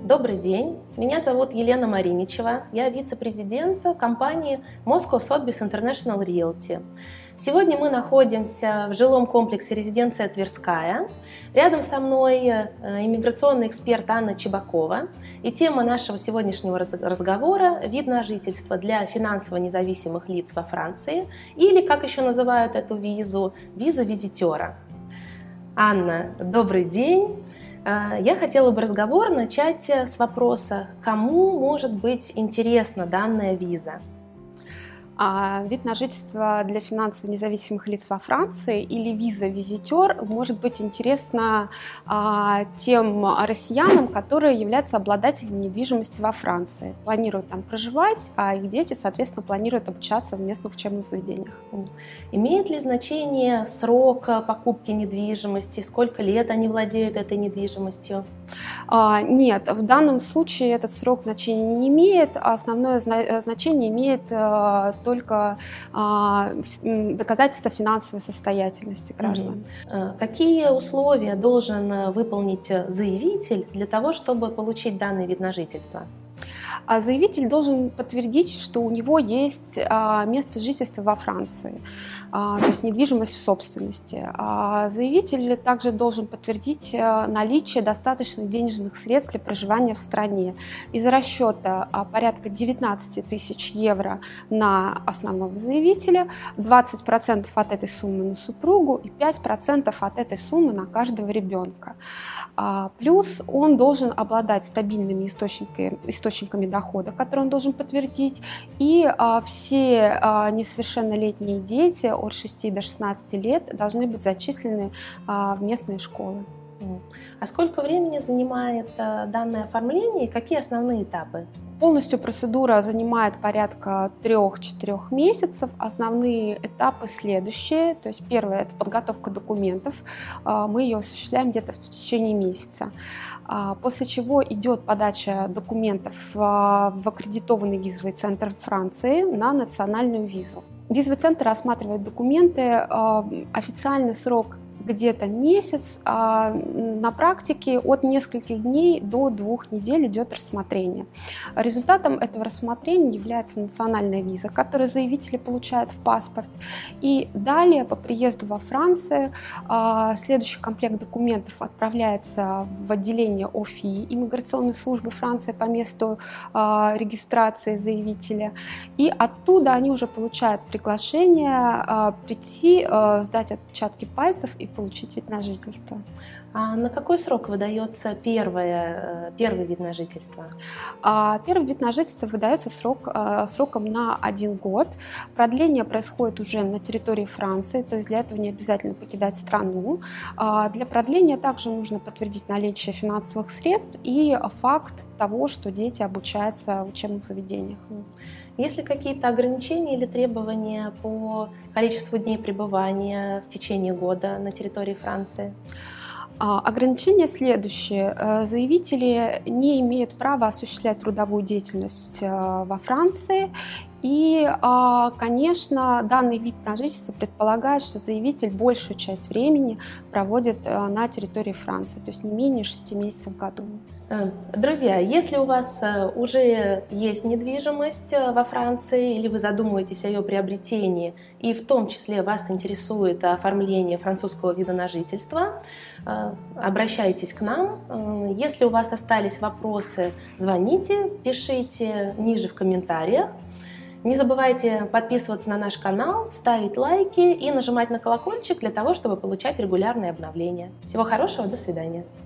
Добрый день, меня зовут Елена Мариничева, я вице-президент компании Moscow Sotheby's International Realty. Сегодня мы находимся в жилом комплексе резиденция Тверская. Рядом со мной иммиграционный эксперт Анна Чебакова. И тема нашего сегодняшнего разговора – вид на жительство для финансово независимых лиц во Франции, или, как еще называют эту визу, виза визитера. Анна, добрый день. Я хотела бы разговор начать с вопроса, кому может быть интересна данная виза? Вид на жительство для финансово независимых лиц во Франции или виза-визитер может быть интересна тем россиянам, которые являются обладателями недвижимости во Франции, планируют там проживать, а их дети, соответственно, планируют обучаться в местных учебных заведениях. Имеет ли значение срок покупки недвижимости, сколько лет они владеют этой недвижимостью? Нет, в данном случае этот срок значения не имеет, а основное значение имеет только доказательства финансовой состоятельности граждан. Какие условия должен выполнить заявитель для того, чтобы получить данный вид на жительство? Заявитель должен подтвердить, что у него есть место жительства во Франции, то есть недвижимость в собственности. Заявитель также должен подтвердить наличие достаточных денежных средств для проживания в стране. Из расчета порядка 19 тысяч евро на основного заявителя, 20% от этой суммы на супругу и 5% от этой суммы на каждого ребенка. Плюс он должен обладать стабильными источниками дохода, которые он должен подтвердить, и все несовершеннолетние дети от 6 до 16 лет должны быть зачислены в местные школы. А сколько времени занимает данное оформление и какие основные этапы? Полностью процедура занимает порядка 3-4 месяцев. Основные этапы следующие. То есть первое – это подготовка документов. Мы ее осуществляем где-то в течение месяца. После чего идет подача документов в аккредитованный визовый центр Франции на национальную визу. Визовый центр рассматривает документы. Официальный срок где-то месяц, а на практике от нескольких дней до 2 недель идет рассмотрение. Результатом этого рассмотрения является национальная виза, которую заявители получают в паспорт. И далее по приезду во Францию следующий комплект документов отправляется в отделение ОФИ, иммиграционной службы Франции по месту регистрации заявителя. И оттуда они уже получают приглашение прийти, сдать отпечатки пальцев и получить вид на жительство. А на какой срок выдается первый вид на жительство? Первый вид на жительство выдается сроком на 1 год. Продление происходит уже на территории Франции, то есть для этого не обязательно покидать страну. Для продления также нужно подтвердить наличие финансовых средств и факт того, что дети обучаются в учебных заведениях. Есть ли какие-то ограничения или требования по количеству дней пребывания в течение года на территории Франции? Ограничения следующие. Заявители не имеют права осуществлять трудовую деятельность во Франции. И, конечно, данный вид на жительство предполагает, что заявитель большую часть времени проводит на территории Франции, то есть не менее 6 месяцев в году. Друзья, если у вас уже есть недвижимость во Франции или вы задумываетесь о ее приобретении, и в том числе вас интересует оформление французского вида на жительство, обращайтесь к нам. Если у вас остались вопросы, звоните, пишите ниже в комментариях. Не забывайте подписываться на наш канал, ставить лайки и нажимать на колокольчик для того, чтобы получать регулярные обновления. Всего хорошего, до свидания.